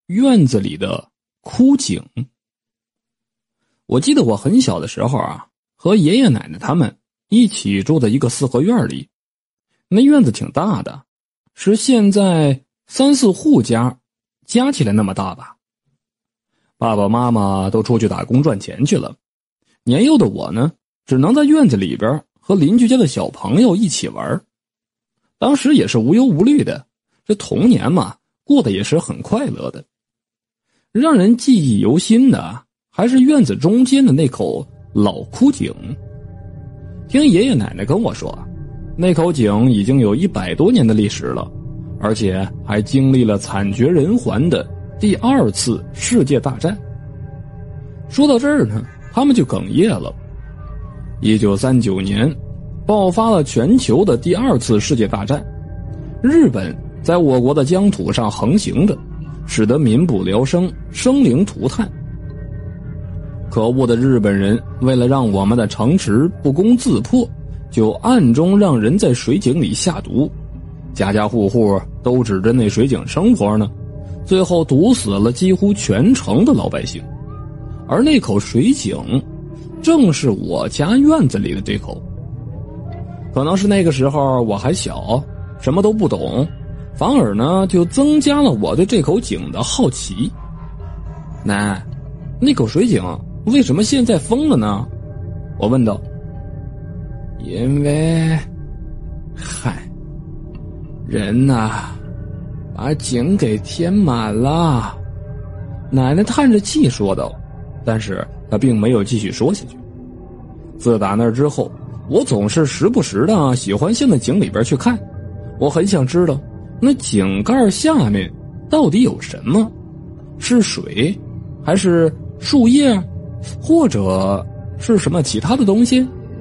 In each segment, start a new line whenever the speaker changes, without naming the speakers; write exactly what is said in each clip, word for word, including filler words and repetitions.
院子里的枯井。我记得我很小的时候啊，和爷爷奶奶他们一起住在一个四合院里，那院子挺大的，是现在三四户家加起来那么大吧。爸爸妈妈都出去打工赚钱去了，年幼的我呢，只能在院子里边和邻居家的小朋友一起玩。当时也是无忧无虑的，这童年嘛，过得也是很快乐的。让人记忆犹新的还是院子中间的那口老枯井。听爷爷奶奶跟我说，那口井已经有一百多年的历史了，而且还经历了惨绝人寰的第二次世界大战。说到这儿呢，他们就哽咽了。一九三九年爆发了全球的第二次世界大战，日本在我国的疆土上横行着，使得民不聊生，生灵涂炭。可恶的日本人为了让我们的城池不攻自破，就暗中让人在水井里下毒，家家户户都指着那水井生活呢，最后毒死了几乎全城的老百姓。而那口水井正是我家院子里的这口。可能是那个时候我还小，什么都不懂，反而呢就增加了我对这口井的好奇。奶，那口水井为什么现在封了呢？我问道。因为嗨，人呐把井给填满了，奶奶叹着气说道。但是她并没有继续说下去。自打那之后，我总是时不时的喜欢向那井里边去看，我很想知道那井盖下面到底有什么，是水还是树叶，或者是什么其他的东西。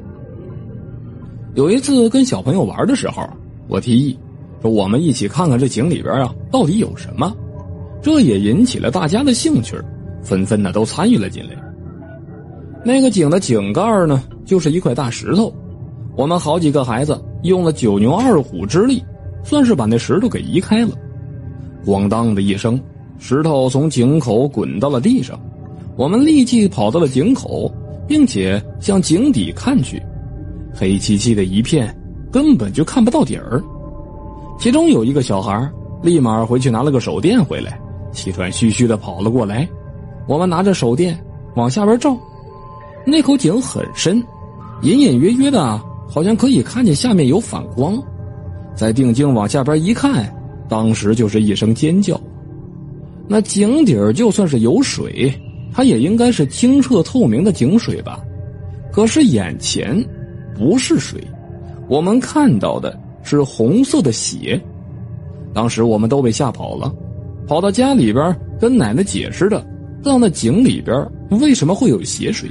有一次跟小朋友玩的时候，我提议说我们一起看看这井里边啊到底有什么，这也引起了大家的兴趣，纷纷的都参与了进来。那个井的井盖呢，就是一块大石头，我们好几个孩子用了九牛二虎之力，算是把那石头给移开了。咣当的一声，石头从井口滚到了地上，我们立即跑到了井口，并且向井底看去，黑漆漆的一片，根本就看不到底儿。其中有一个小孩立马回去拿了个手电回来，气喘吁吁地跑了过来。我们拿着手电往下边照，那口井很深，隐隐约约的好像可以看见下面有反光。再定睛往下边一看，当时就是一声尖叫。那井底就算是有水，它也应该是清澈透明的井水吧。可是眼前不是水，我们看到的是红色的血。当时我们都被吓跑了，跑到家里边跟奶奶解释着到那井里边为什么会有血水。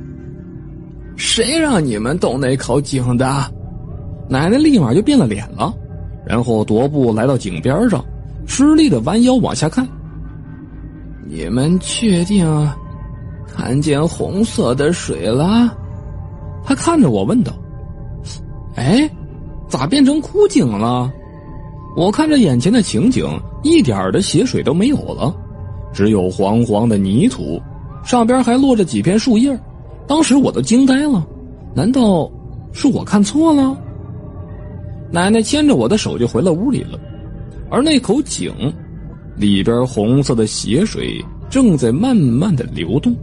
谁让你们动那口井的？奶奶立马就变了脸了，然后踱步来到井边上，吃力的弯腰往下看。你们确定看见红色的水了？他看着我问道。哎，咋变成枯井了？我看着眼前的情景，一点的血水都没有了，只有黄黄的泥土，上边还落着几片树叶。当时我都惊呆了，难道是我看错了？奶奶牵着我的手就回了屋里了，而那口井里边红色的血水正在慢慢的流动。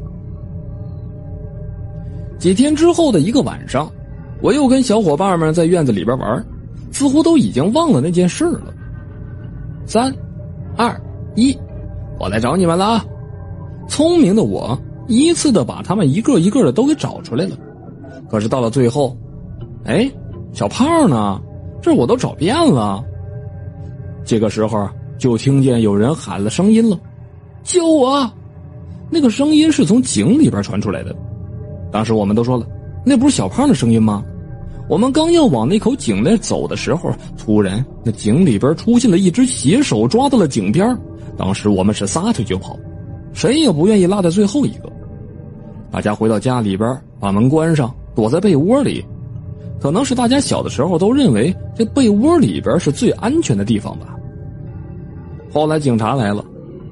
几天之后的一个晚上，我又跟小伙伴们在院子里边玩，似乎都已经忘了那件事了。三二一，我来找你们了啊！聪明的我依次的把他们一个一个的都给找出来了。可是到了最后，哎，小胖呢？这我都找遍了。这个时候就听见有人喊了声音了，救我！那个声音是从井里边传出来的。当时我们都说了，那不是小胖的声音吗？我们刚要往那口井那走的时候，突然那井里边出现了一只血手，抓到了井边。当时我们是撒腿就跑，谁也不愿意落在最后一个。大家回到家里边，把门关上，躲在被窝里。可能是大家小的时候都认为这被窝里边是最安全的地方吧。后来警察来了，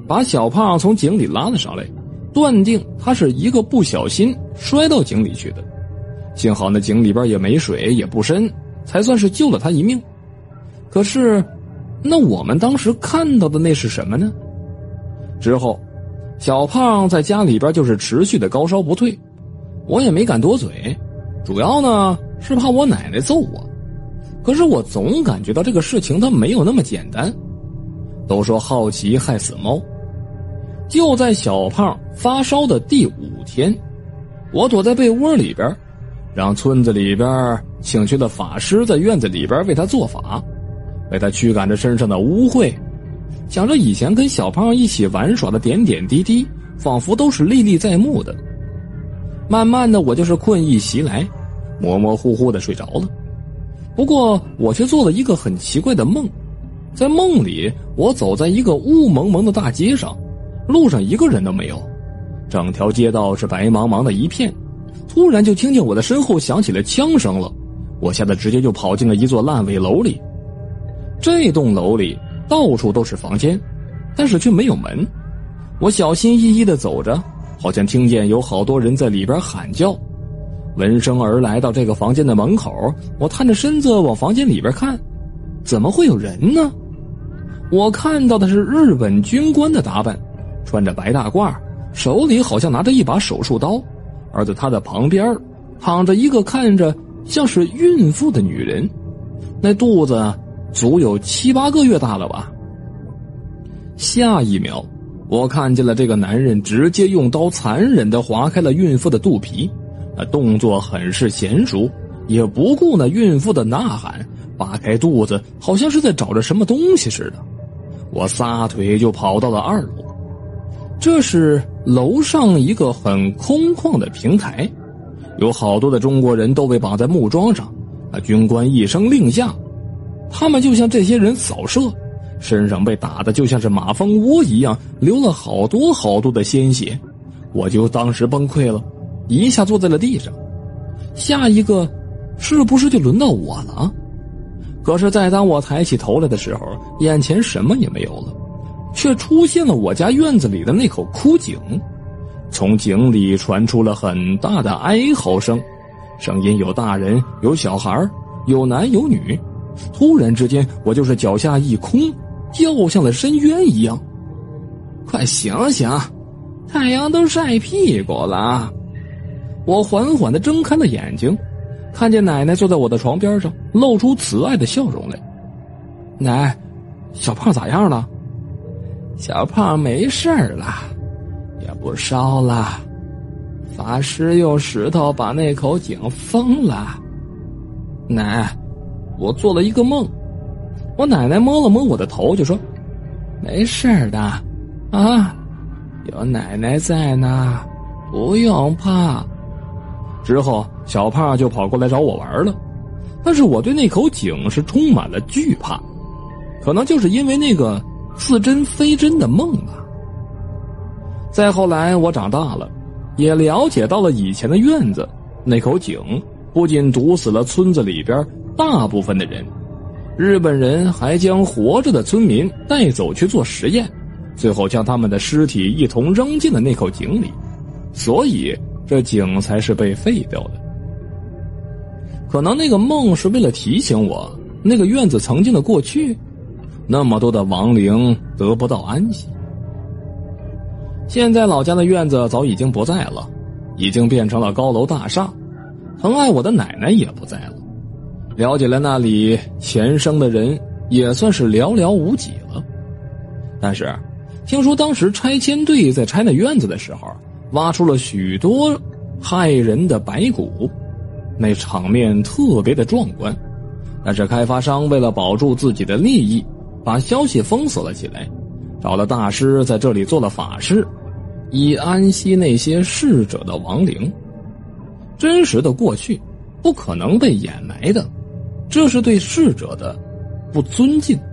把小胖从井里拉了上来，断定他是一个不小心摔到井里去的。幸好那井里边也没水也不深，才算是救了他一命。可是那我们当时看到的那是什么呢？之后小胖在家里边就是持续的高烧不退，我也没敢多嘴，主要呢是怕我奶奶揍我。可是我总感觉到这个事情它没有那么简单。都说好奇害死猫，就在小胖发烧的第五天，我躲在被窝里边，让村子里边请去了法师在院子里边为他做法，为他驱赶着身上的污秽。想着以前跟小胖一起玩耍的点点滴滴，仿佛都是历历在目的。慢慢的我就是困意袭来，模模糊糊的睡着了。不过我却做了一个很奇怪的梦。在梦里，我走在一个雾蒙蒙的大街上，路上一个人都没有，整条街道是白茫茫的一片。突然就听见我的身后响起了枪声了，我吓得直接就跑进了一座烂尾楼里。这栋楼里到处都是房间，但是却没有门。我小心翼翼地走着，好像听见有好多人在里边喊叫。闻声而来到这个房间的门口，我探着身子往房间里边看，怎么会有人呢？我看到的是日本军官的打扮，穿着白大褂，手里好像拿着一把手术刀，而在他的旁边躺着一个看着像是孕妇的女人，那肚子足有七八个月大了吧。下一秒，我看见了这个男人直接用刀残忍地划开了孕妇的肚皮，那动作很是娴熟，也不顾那孕妇的呐喊，扒开肚子好像是在找着什么东西似的。我撒腿就跑到了二楼，这是楼上一个很空旷的平台，有好多的中国人都被绑在木桩上。那军官一声令下，他们就像这些人扫射，身上被打的就像是马蜂窝一样，流了好多好多的鲜血。我就当时崩溃了，一下坐在了地上。下一个是不是就轮到我了？可是再当我抬起头来的时候，眼前什么也没有了，却出现了我家院子里的那口枯井。从井里传出了很大的哀嚎声，声音有大人有小孩有男有女。突然之间，我就是脚下一空，掉向了深渊一样。快醒醒，太阳都晒屁股了。我缓缓地睁开了眼睛，看见奶奶坐在我的床边上，露出慈爱的笑容来。奶，小胖咋样了？小胖没事了，也不烧了，法师用石头把那口井封了。奶，我做了一个梦。我奶奶摸了摸我的头就说，没事的啊，有奶奶在呢，不用怕。之后小胖就跑过来找我玩了，但是我对那口井是充满了惧怕，可能就是因为那个似真非真的梦吧。再后来我长大了，也了解到了以前的院子，那口井不仅毒死了村子里边大部分的人，日本人还将活着的村民带走去做实验，最后将他们的尸体一同扔进了那口井里，所以这井才是被废掉的。可能那个梦是为了提醒我那个院子曾经的过去，那么多的亡灵得不到安息。现在老家的院子早已经不在了，已经变成了高楼大厦，疼爱我的奶奶也不在了，了解了那里前生的人也算是寥寥无几了。但是听说当时拆迁队在拆那院子的时候，挖出了许多骇人的白骨，那场面特别的壮观。但是开发商为了保住自己的利益，把消息封锁了起来，找了大师在这里做了法事，以安息那些逝者的亡灵。真实的过去不可能被掩埋的，这是对逝者的不尊敬。